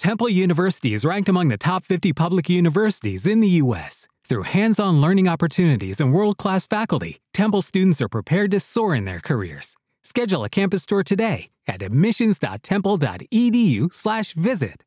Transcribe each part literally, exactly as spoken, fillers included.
Temple University is ranked among the top fifty public universities in the U S Through hands-on learning opportunities and world-class faculty, Temple students are prepared to soar in their careers. Schedule a campus tour today at admissions dot temple dot e d u slash visit.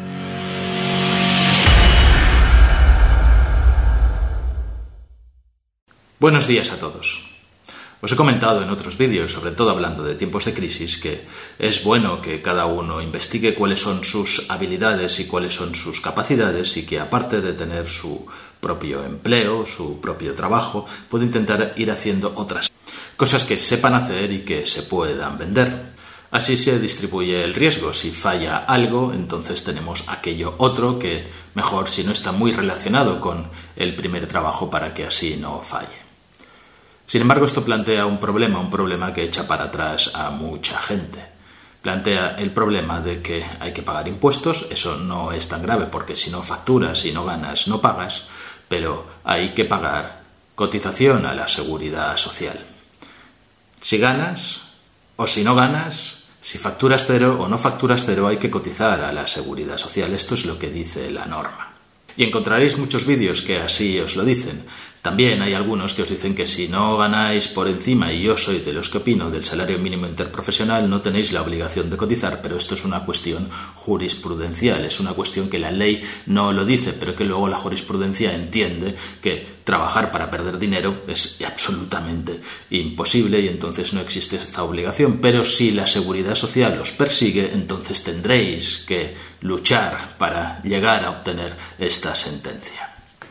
Buenos días a todos. Os he comentado en otros vídeos, sobre todo hablando de tiempos de crisis, que es bueno que cada uno investigue cuáles son sus habilidades y cuáles son sus capacidades y que, aparte de tener su propio empleo, su propio trabajo, puede intentar ir haciendo otras cosas que sepan hacer y que se puedan vender. Así se distribuye el riesgo. Si falla algo, entonces tenemos aquello otro que mejor si no está muy relacionado con el primer trabajo para que así no falle. Sin embargo, esto plantea un problema, un problema que echa para atrás a mucha gente. Plantea el problema de que hay que pagar impuestos. Eso no es tan grave porque si no facturas, si no ganas, no pagas, pero hay que pagar cotización a la seguridad social. Si ganas o si no ganas, si facturas cero o no facturas cero, hay que cotizar a la seguridad social. Esto es lo que dice la norma. Y encontraréis muchos vídeos que así os lo dicen. También hay algunos que os dicen que si no ganáis por encima, y yo soy de los que opino, del salario mínimo interprofesional, no tenéis la obligación de cotizar, pero esto es una cuestión jurisprudencial, es una cuestión que la ley no lo dice, pero que luego la jurisprudencia entiende que trabajar para perder dinero es absolutamente imposible y entonces no existe esta obligación. Pero si la seguridad social os persigue, entonces tendréis que luchar para llegar a obtener esta sentencia.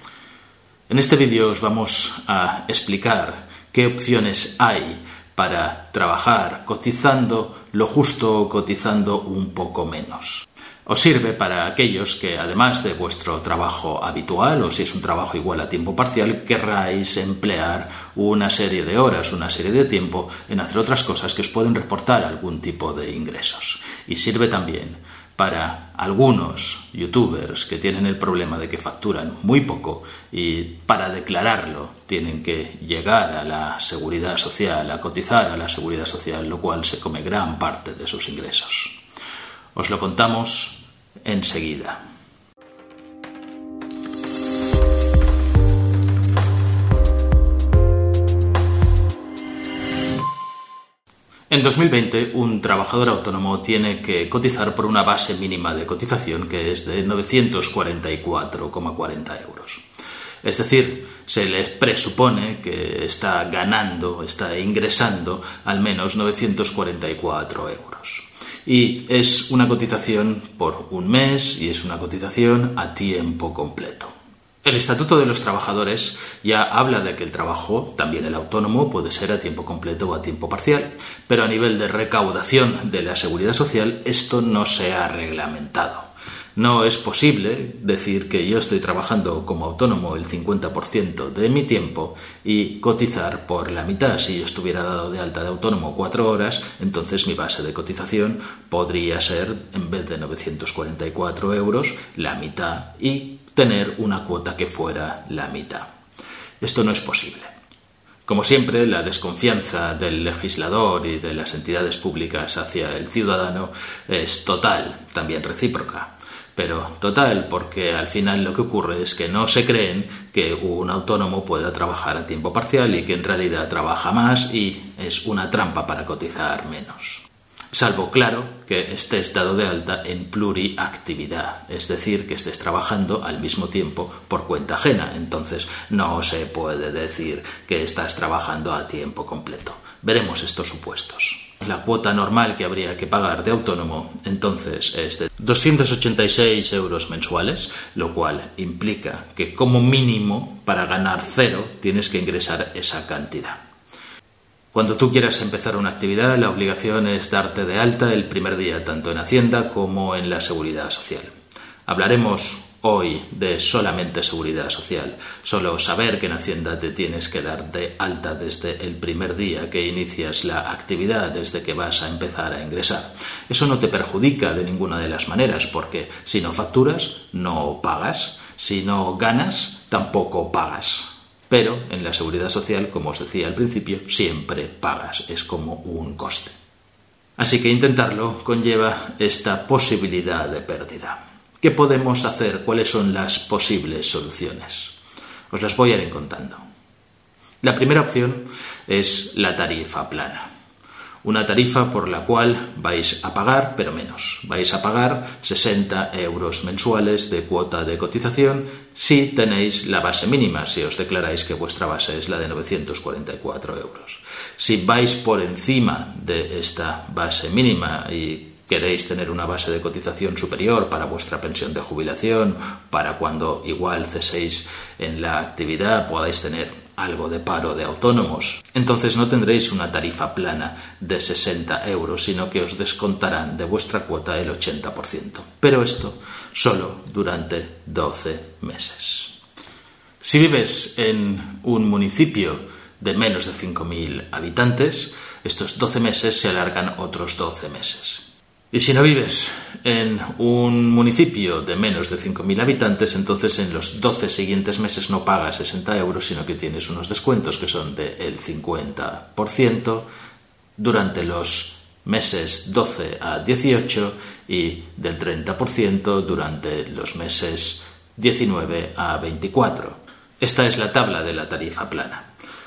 En este vídeo os vamos a explicar qué opciones hay para trabajar cotizando lo justo o cotizando un poco menos. Os sirve para aquellos que, además de vuestro trabajo habitual, o si es un trabajo igual a tiempo parcial, querráis emplear una serie de horas, una serie de tiempo en hacer otras cosas que os pueden reportar algún tipo de ingresos. Y sirve también para algunos youtubers que tienen el problema de que facturan muy poco y para declararlo tienen que llegar a la seguridad social, a cotizar a la seguridad social, lo cual se come gran parte de sus ingresos. Os lo contamos enseguida. En dos mil veinte, un trabajador autónomo tiene que cotizar por una base mínima de cotización que es de novecientos cuarenta y cuatro coma cuarenta euros. Es decir, se les presupone que está ganando, está ingresando al menos novecientos cuarenta y cuatro euros. Y es una cotización por un mes y es una cotización a tiempo completo. El Estatuto de los Trabajadores ya habla de que el trabajo, también el autónomo, puede ser a tiempo completo o a tiempo parcial, pero a nivel de recaudación de la Seguridad Social esto no se ha reglamentado. No es posible decir que yo estoy trabajando como autónomo el cincuenta por ciento de mi tiempo y cotizar por la mitad. Si yo estuviera dado de alta de autónomo cuatro horas, entonces mi base de cotización podría ser, en vez de novecientos cuarenta y cuatro euros, la mitad y tener una cuota que fuera la mitad. Esto no es posible. Como siempre, la desconfianza del legislador y de las entidades públicas hacia el ciudadano es total, también recíproca. Pero total, porque al final lo que ocurre es que no se creen que un autónomo pueda trabajar a tiempo parcial y que en realidad trabaja más y es una trampa para cotizar menos. Salvo, claro, que estés dado de alta en pluriactividad, es decir, que estés trabajando al mismo tiempo por cuenta ajena. Entonces no se puede decir que estás trabajando a tiempo completo. Veremos estos supuestos. La cuota normal que habría que pagar de autónomo entonces es de doscientos ochenta y seis euros mensuales, lo cual implica que como mínimo para ganar cero tienes que ingresar esa cantidad. Cuando tú quieras empezar una actividad, la obligación es darte de alta el primer día, tanto en Hacienda como en la Seguridad Social. Hablaremos hoy de solamente Seguridad Social. Solo saber que en Hacienda te tienes que dar de alta desde el primer día que inicias la actividad, desde que vas a empezar a ingresar. Eso no te perjudica de ninguna de las maneras, porque si no facturas, no pagas. Si no ganas, tampoco pagas. Pero en la Seguridad Social, como os decía al principio, siempre pagas. Es como un coste. Así que intentarlo conlleva esta posibilidad de pérdida. ¿Qué podemos hacer? ¿Cuáles son las posibles soluciones? Os las voy a ir contando. La primera opción es la tarifa plana. Una tarifa por la cual vais a pagar, pero menos. Vais a pagar sesenta euros mensuales de cuota de cotización si tenéis la base mínima, si os declaráis que vuestra base es la de novecientos cuarenta y cuatro euros. Si vais por encima de esta base mínima y queréis tener una base de cotización superior para vuestra pensión de jubilación, para cuando igual ceséis en la actividad podáis tener algo de paro de autónomos, entonces no tendréis una tarifa plana de sesenta euros, sino que os descontarán de vuestra cuota el ochenta por ciento. Pero esto solo durante doce meses. Si vives en un municipio de menos de cinco mil habitantes, estos doce meses se alargan otros doce meses. Y si no vives en un municipio de menos de cinco mil habitantes, entonces en los doce siguientes meses no pagas sesenta euros, sino que tienes unos descuentos que son del cincuenta por ciento durante los meses doce a dieciocho y del treinta por ciento durante los meses diecinueve a veinticuatro. Esta es la tabla de la tarifa plana.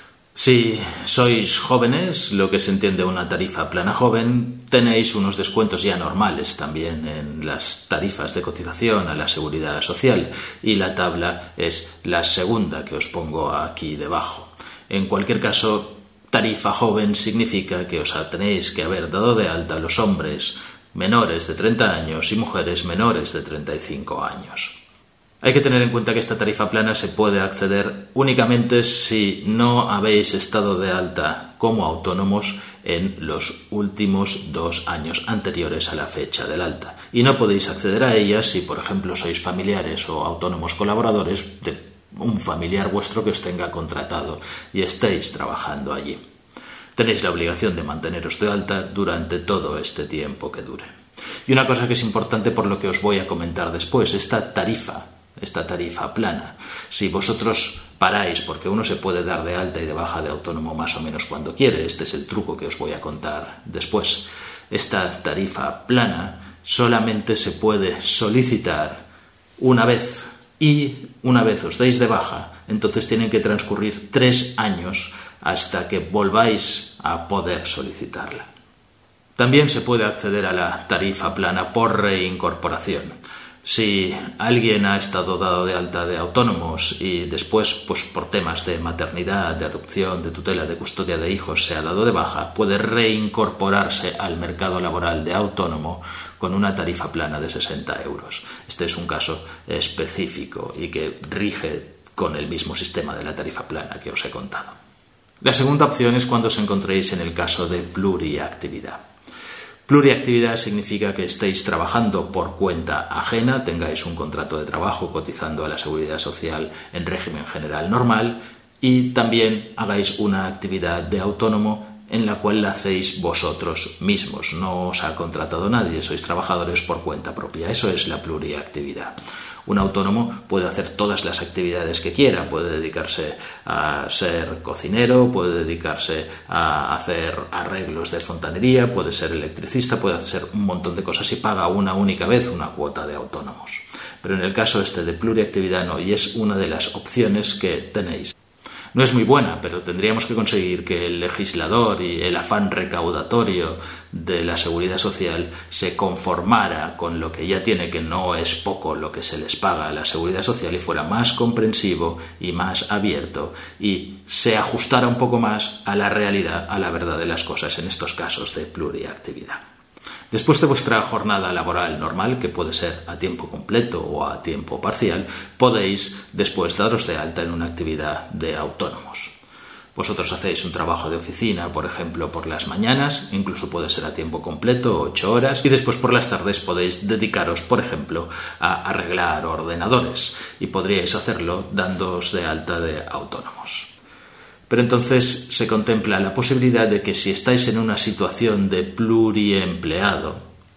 Si sois jóvenes, lo que se entiende una tarifa plana joven, tenéis unos descuentos ya normales también en las tarifas de cotización a la seguridad social y la tabla es la segunda que os pongo aquí debajo. En cualquier caso, tarifa joven significa que os tenéis que haber dado de alta los hombres menores de treinta años y mujeres menores de treinta y cinco años. Hay que tener en cuenta que esta tarifa plana se puede acceder únicamente si no habéis estado de alta como autónomos en los últimos dos años anteriores a la fecha del alta. Y no podéis acceder a ella si, por ejemplo, sois familiares o autónomos colaboradores de un familiar vuestro que os tenga contratado y estéis trabajando allí. Tenéis la obligación de manteneros de alta durante todo este tiempo que dure. Y una cosa que es importante por lo que os voy a comentar después, esta tarifa esta tarifa plana. Si vosotros paráis, porque uno se puede dar de alta y de baja de autónomo más o menos cuando quiere, este es el truco que os voy a contar después, esta tarifa plana solamente se puede solicitar una vez y una vez os deis de baja, entonces tienen que transcurrir tres años hasta que volváis a poder solicitarla. También se puede acceder a la tarifa plana por reincorporación. Si alguien ha estado dado de alta de autónomos y después, pues por temas de maternidad, de adopción, de tutela, de custodia de hijos, se ha dado de baja, puede reincorporarse al mercado laboral de autónomo con una tarifa plana de sesenta euros. Este es un caso específico y que rige con el mismo sistema de la tarifa plana que os he contado. La segunda opción es cuando os encontréis en el caso de pluriactividad. Pluriactividad significa que estéis trabajando por cuenta ajena, tengáis un contrato de trabajo cotizando a la Seguridad Social en régimen general normal y también hagáis una actividad de autónomo en la cual la hacéis vosotros mismos. No os ha contratado nadie, sois trabajadores por cuenta propia. Eso es la pluriactividad. Un autónomo puede hacer todas las actividades que quiera, puede dedicarse a ser cocinero, puede dedicarse a hacer arreglos de fontanería, puede ser electricista, puede hacer un montón de cosas y paga una única vez una cuota de autónomos. Pero en el caso este de pluriactividad no, y es una de las opciones que tenéis. No es muy buena, pero tendríamos que conseguir que el legislador y el afán recaudatorio de la Seguridad Social se conformara con lo que ya tiene, que no es poco lo que se les paga a la Seguridad Social, y fuera más comprensivo y más abierto y se ajustara un poco más a la realidad, a la verdad de las cosas en estos casos de pluriactividad. Después de vuestra jornada laboral normal, que puede ser a tiempo completo o a tiempo parcial, podéis después daros de alta en una actividad de autónomos. Vosotros hacéis un trabajo de oficina, por ejemplo, por las mañanas, incluso puede ser a tiempo completo, ocho horas, y después por las tardes podéis dedicaros, por ejemplo, a arreglar ordenadores, y podríais hacerlo dándoos de alta de autónomos. Pero entonces se contempla la posibilidad de que si estáis en una situación de pluriempleado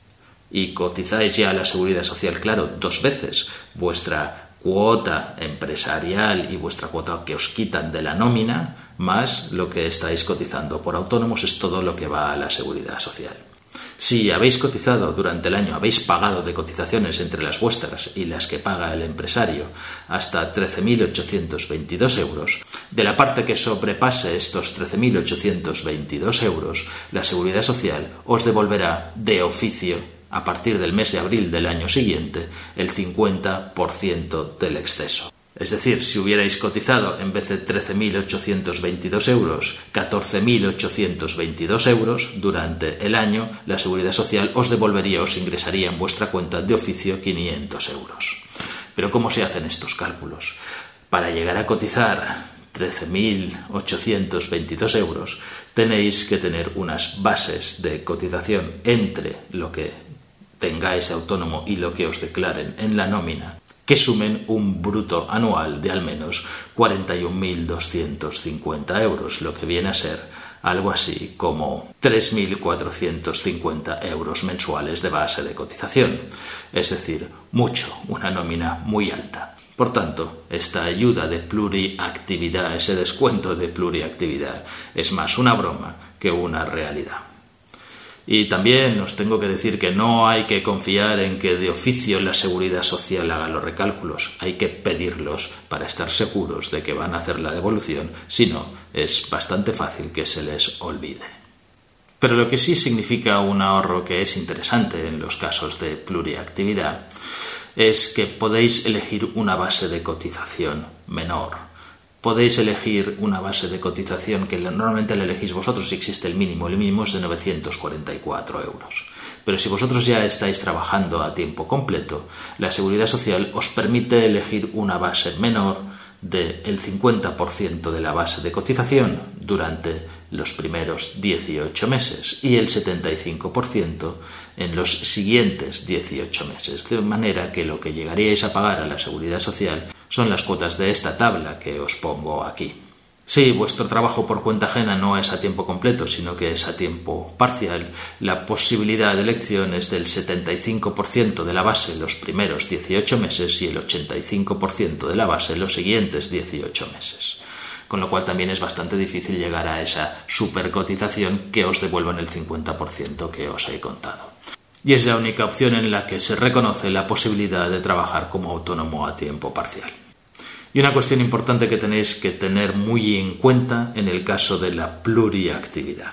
y cotizáis ya a la Seguridad Social, claro, dos veces, vuestra cuota empresarial y vuestra cuota que os quitan de la nómina, más lo que estáis cotizando por autónomos, es todo lo que va a la Seguridad Social. Si habéis cotizado durante el año, habéis pagado de cotizaciones entre las vuestras y las que paga el empresario hasta trece mil ochocientos veintidós euros, de la parte que sobrepase estos trece mil ochocientos veintidós euros, la Seguridad Social os devolverá de oficio, a partir del mes de abril del año siguiente, el cincuenta por ciento del exceso. Es decir, si hubierais cotizado en vez de trece mil ochocientos veintidós euros, catorce mil ochocientos veintidós euros durante el año, la Seguridad Social os devolvería, os ingresaría en vuestra cuenta de oficio quinientos euros. Pero ¿cómo se hacen estos cálculos? Para llegar a cotizar trece mil ochocientos veintidós euros, tenéis que tener unas bases de cotización entre lo que tengáis autónomo y lo que os declaren en la nómina, que sumen un bruto anual de al menos cuarenta y un mil doscientos cincuenta euros, lo que viene a ser algo así como tres mil cuatrocientos cincuenta euros mensuales de base de cotización. Es decir, mucho, una nómina muy alta. Por tanto, esta ayuda de pluriactividad, ese descuento de pluriactividad, es más una broma que una realidad. Y también os tengo que decir que no hay que confiar en que de oficio la Seguridad Social haga los recálculos. Hay que pedirlos para estar seguros de que van a hacer la devolución, si no, es bastante fácil que se les olvide. Pero lo que sí significa un ahorro que es interesante en los casos de pluriactividad es que podéis elegir una base de cotización menor. Podéis elegir una base de cotización que normalmente la elegís vosotros si existe el mínimo. El mínimo es de novecientos cuarenta y cuatro euros. Pero si vosotros ya estáis trabajando a tiempo completo, la Seguridad Social os permite elegir una base menor del cincuenta por ciento de la base de cotización durante los primeros dieciocho meses y el setenta y cinco por ciento en los siguientes dieciocho meses, de manera que lo que llegaríais a pagar a la Seguridad Social son las cuotas de esta tabla que os pongo aquí. Si vuestro trabajo por cuenta ajena no es a tiempo completo, sino que es a tiempo parcial, la posibilidad de elección es del setenta y cinco por ciento de la base en los primeros dieciocho meses y el ochenta y cinco por ciento de la base en los siguientes dieciocho meses. Con lo cual también es bastante difícil llegar a esa supercotización que os devuelvan el cincuenta por ciento que os he contado. Y es la única opción en la que se reconoce la posibilidad de trabajar como autónomo a tiempo parcial. Y una cuestión importante que tenéis que tener muy en cuenta en el caso de la pluriactividad,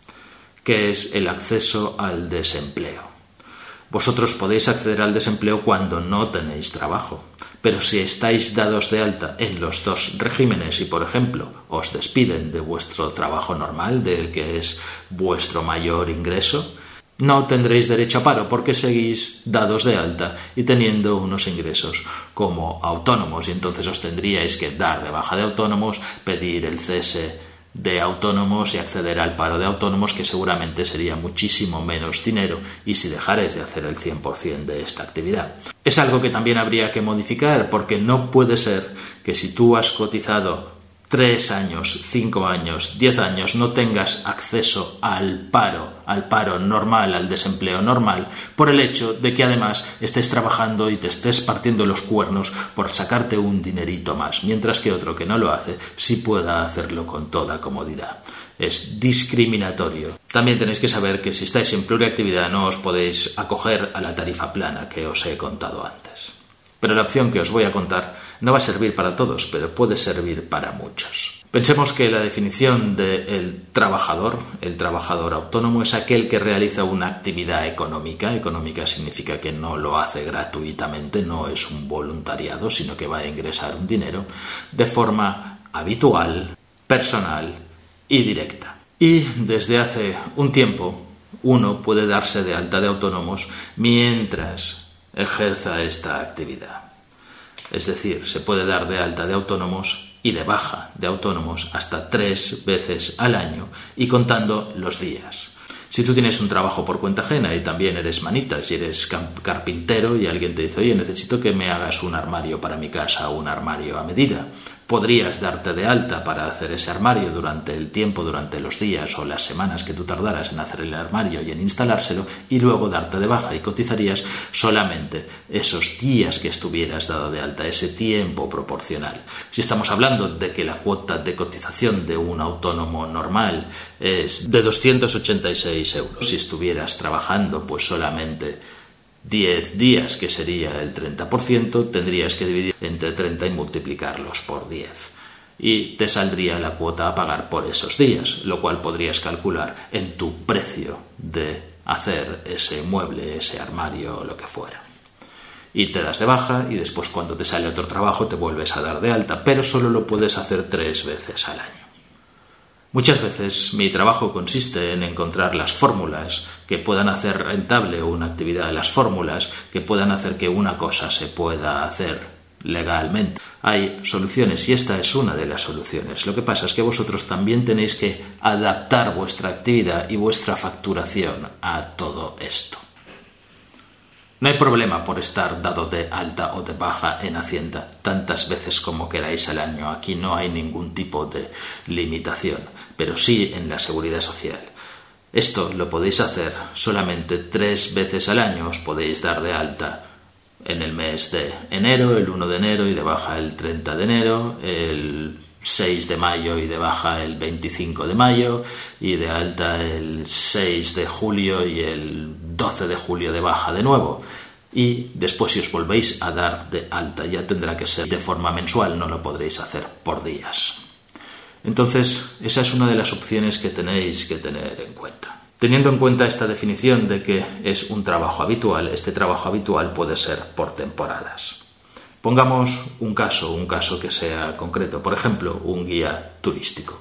que es el acceso al desempleo. Vosotros podéis acceder al desempleo cuando no tenéis trabajo, pero si estáis dados de alta en los dos regímenes y, por ejemplo, os despiden de vuestro trabajo normal, del que es vuestro mayor ingreso, no tendréis derecho a paro porque seguís dados de alta y teniendo unos ingresos como autónomos, y entonces os tendríais que dar de baja de autónomos, pedir el cese de autónomos y acceder al paro de autónomos, que seguramente sería muchísimo menos dinero y si dejaréis de hacer el cien por ciento de esta actividad. Es algo que también habría que modificar, porque no puede ser que si tú has cotizado tres años, cinco años, diez años, no tengas acceso al paro, al paro normal, al desempleo normal, por el hecho de que además estés trabajando y te estés partiendo los cuernos por sacarte un dinerito más, mientras que otro que no lo hace sí pueda hacerlo con toda comodidad. Es discriminatorio. También tenéis que saber que si estáis en pluriactividad no os podéis acoger a la tarifa plana que os he contado antes. Pero la opción que os voy a contar no va a servir para todos, pero puede servir para muchos. Pensemos que la definición del trabajador, el trabajador autónomo, es aquel que realiza una actividad económica. Económica significa que no lo hace gratuitamente, no es un voluntariado, sino que va a ingresar un dinero de forma habitual, personal y directa. Y desde hace un tiempo uno puede darse de alta de autónomos mientras ejerza esta actividad. Es decir, se puede dar de alta de autónomos y de baja de autónomos hasta tres veces al año y contando los días. Si tú tienes un trabajo por cuenta ajena y también eres manitas y eres carpintero y alguien te dice, oye, necesito que me hagas un armario para mi casa, un armario a medida, Podrías darte de alta para hacer ese armario durante el tiempo, durante los días o las semanas que tú tardaras en hacer el armario y en instalárselo, y luego darte de baja, y cotizarías solamente esos días que estuvieras dado de alta, ese tiempo proporcional. Si estamos hablando de que la cuota de cotización de un autónomo normal es de doscientos ochenta y seis euros, si estuvieras trabajando pues solamente diez días, que sería el treinta por ciento, tendrías que dividir entre treinta y multiplicarlos por diez. Y te saldría la cuota a pagar por esos días, lo cual podrías calcular en tu precio de hacer ese mueble, ese armario o lo que fuera. Y te das de baja y después, cuando te sale otro trabajo, te vuelves a dar de alta, pero solo lo puedes hacer tres veces al año. Muchas veces mi trabajo consiste en encontrar las fórmulas que puedan hacer rentable una actividad, las fórmulas que puedan hacer que una cosa se pueda hacer legalmente. Hay soluciones y esta es una de las soluciones. Lo que pasa es que vosotros también tenéis que adaptar vuestra actividad y vuestra facturación a todo esto. No hay problema por estar dado de alta o de baja en Hacienda tantas veces como queráis al año. Aquí no hay ningún tipo de limitación, pero sí en la Seguridad Social. Esto lo podéis hacer solamente tres veces al año. Os podéis dar de alta en el mes de enero, el uno de enero y de baja el treinta de enero, el seis de mayo y de baja el veinticinco de mayo, y de alta el seis de julio y el doce de julio de baja de nuevo. Y después, si os volvéis a dar de alta, ya tendrá que ser de forma mensual, no lo podréis hacer por días. Entonces, esa es una de las opciones que tenéis que tener en cuenta. Teniendo en cuenta esta definición de que es un trabajo habitual, este trabajo habitual puede ser por temporadas. Pongamos un caso, un caso que sea concreto, por ejemplo, un guía turístico.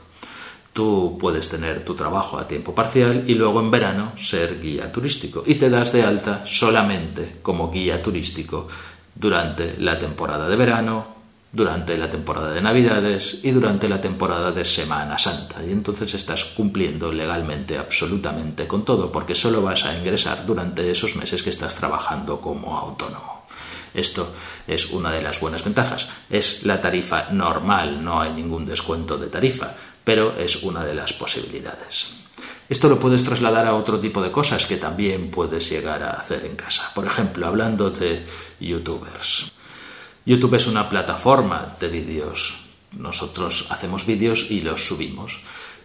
Tú puedes tener tu trabajo a tiempo parcial y luego en verano ser guía turístico y te das de alta solamente como guía turístico durante la temporada de verano, durante la temporada de Navidades y durante la temporada de Semana Santa. Y entonces estás cumpliendo legalmente absolutamente con todo, porque solo vas a ingresar durante esos meses que estás trabajando como autónomo. Esto es una de las buenas ventajas. Es la tarifa normal, no hay ningún descuento de tarifa, pero es una de las posibilidades. Esto lo puedes trasladar a otro tipo de cosas que también puedes llegar a hacer en casa. Por ejemplo, hablando de youtubers. YouTube es una plataforma de vídeos. Nosotros hacemos vídeos y los subimos.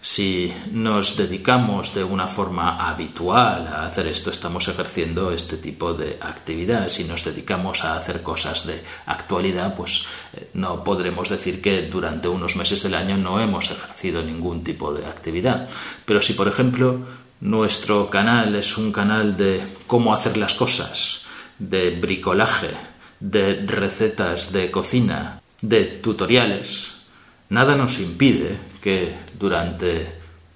Si nos dedicamos de una forma habitual a hacer esto, estamos ejerciendo este tipo de actividad. Si nos dedicamos a hacer cosas de actualidad, pues eh, no podremos decir que durante unos meses del año no hemos ejercido ningún tipo de actividad. Pero si, por ejemplo, nuestro canal es un canal de cómo hacer las cosas, de bricolaje, de recetas de cocina, de tutoriales, nada nos impide que durante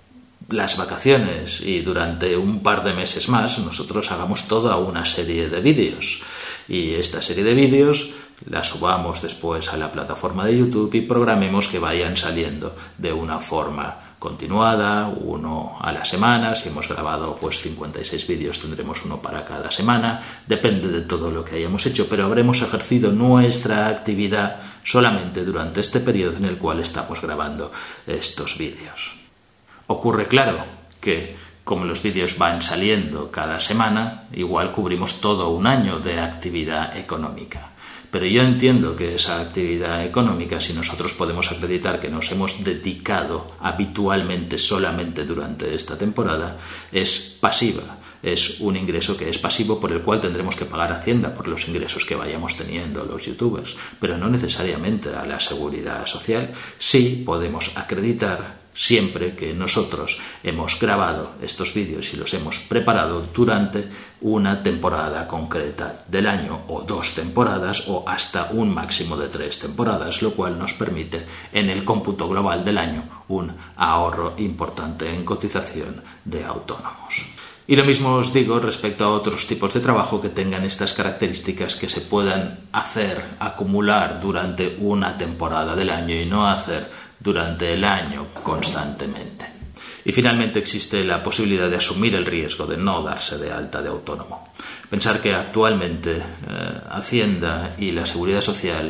las vacaciones y durante un par de meses más nosotros hagamos toda una serie de vídeos. Y esta serie de vídeos la subamos después a la plataforma de YouTube y programemos que vayan saliendo de una forma continuada, uno a la semana. Si hemos grabado pues cincuenta y seis vídeos, tendremos uno para cada semana. Depende de todo lo que hayamos hecho, pero habremos ejercido nuestra actividad solamente durante este periodo en el cual estamos grabando estos vídeos. Ocurre, claro, que como los vídeos van saliendo cada semana, igual cubrimos todo un año de actividad económica. Pero yo entiendo que esa actividad económica, si nosotros podemos acreditar que nos hemos dedicado habitualmente solamente durante esta temporada, es pasiva. Es un ingreso que es pasivo por el cual tendremos que pagar Hacienda por los ingresos que vayamos teniendo los youtubers, pero no necesariamente a la Seguridad Social. Sí podemos acreditar siempre que nosotros hemos grabado estos vídeos y los hemos preparado durante una temporada concreta del año, o dos temporadas, o hasta un máximo de tres temporadas, lo cual nos permite en el cómputo global del año un ahorro importante en cotización de autónomos. Y lo mismo os digo respecto a otros tipos de trabajo que tengan estas características, que se puedan hacer, acumular durante una temporada del año y no hacer durante el año constantemente. Y finalmente existe la posibilidad de asumir el riesgo de no darse de alta de autónomo. Pensar que actualmente eh, Hacienda y la Seguridad Social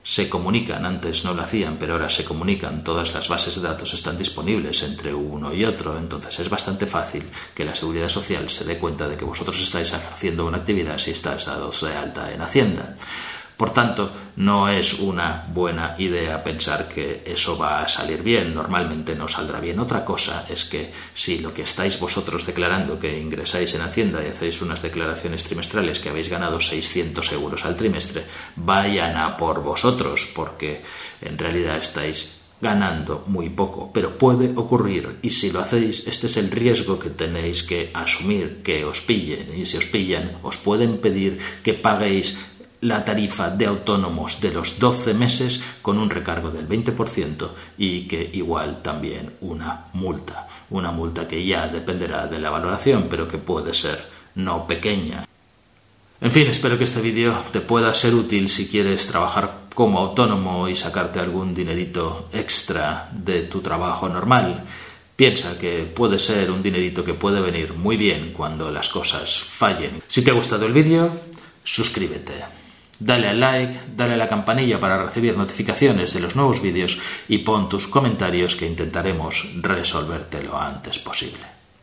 se comunican, antes no lo hacían, pero ahora se comunican, todas las bases de datos están disponibles entre uno y otro, entonces es bastante fácil que la Seguridad Social se dé cuenta de que vosotros estáis ejerciendo una actividad si estáis dados de alta en Hacienda. Por tanto, no es una buena idea pensar que eso va a salir bien. Normalmente no saldrá bien. Otra cosa es que si lo que estáis vosotros declarando, que ingresáis en Hacienda y hacéis unas declaraciones trimestrales que habéis ganado seiscientos euros al trimestre, vayan a por vosotros, porque en realidad estáis ganando muy poco, pero puede ocurrir, y si lo hacéis, este es el riesgo que tenéis que asumir, que os pillen, y si os pillan, os pueden pedir que paguéis la tarifa de autónomos de los doce meses con un recargo del veinte por ciento y que igual también una multa, una multa que ya dependerá de la valoración, pero que puede ser no pequeña. En fin, espero que este vídeo te pueda ser útil si quieres trabajar como autónomo y sacarte algún dinerito extra de tu trabajo normal. Piensa que puede ser un dinerito que puede venir muy bien cuando las cosas fallen. Si te ha gustado el vídeo, suscríbete. Dale al like, dale a la campanilla para recibir notificaciones de los nuevos vídeos y pon tus comentarios que intentaremos resolverte lo antes posible.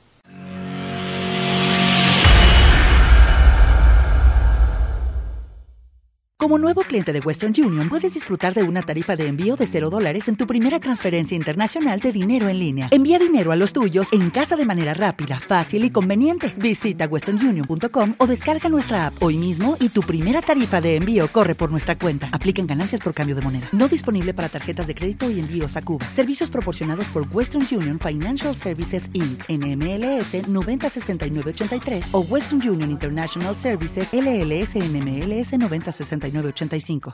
Como nuevo cliente de Western Union, puedes disfrutar de una tarifa de envío de cero dólares en tu primera transferencia internacional de dinero en línea. Envía dinero a los tuyos en casa de manera rápida, fácil y conveniente. Visita western union punto com o descarga nuestra app hoy mismo y tu primera tarifa de envío corre por nuestra cuenta. Aplican ganancias por cambio de moneda. No disponible para tarjetas de crédito y envíos a Cuba. Servicios proporcionados por Western Union Financial Services incorporated. N M L S noventa sesenta y nueve ochenta y tres o Western Union International Services L L S N M L S noventa sesenta y nueve ochenta y cinco.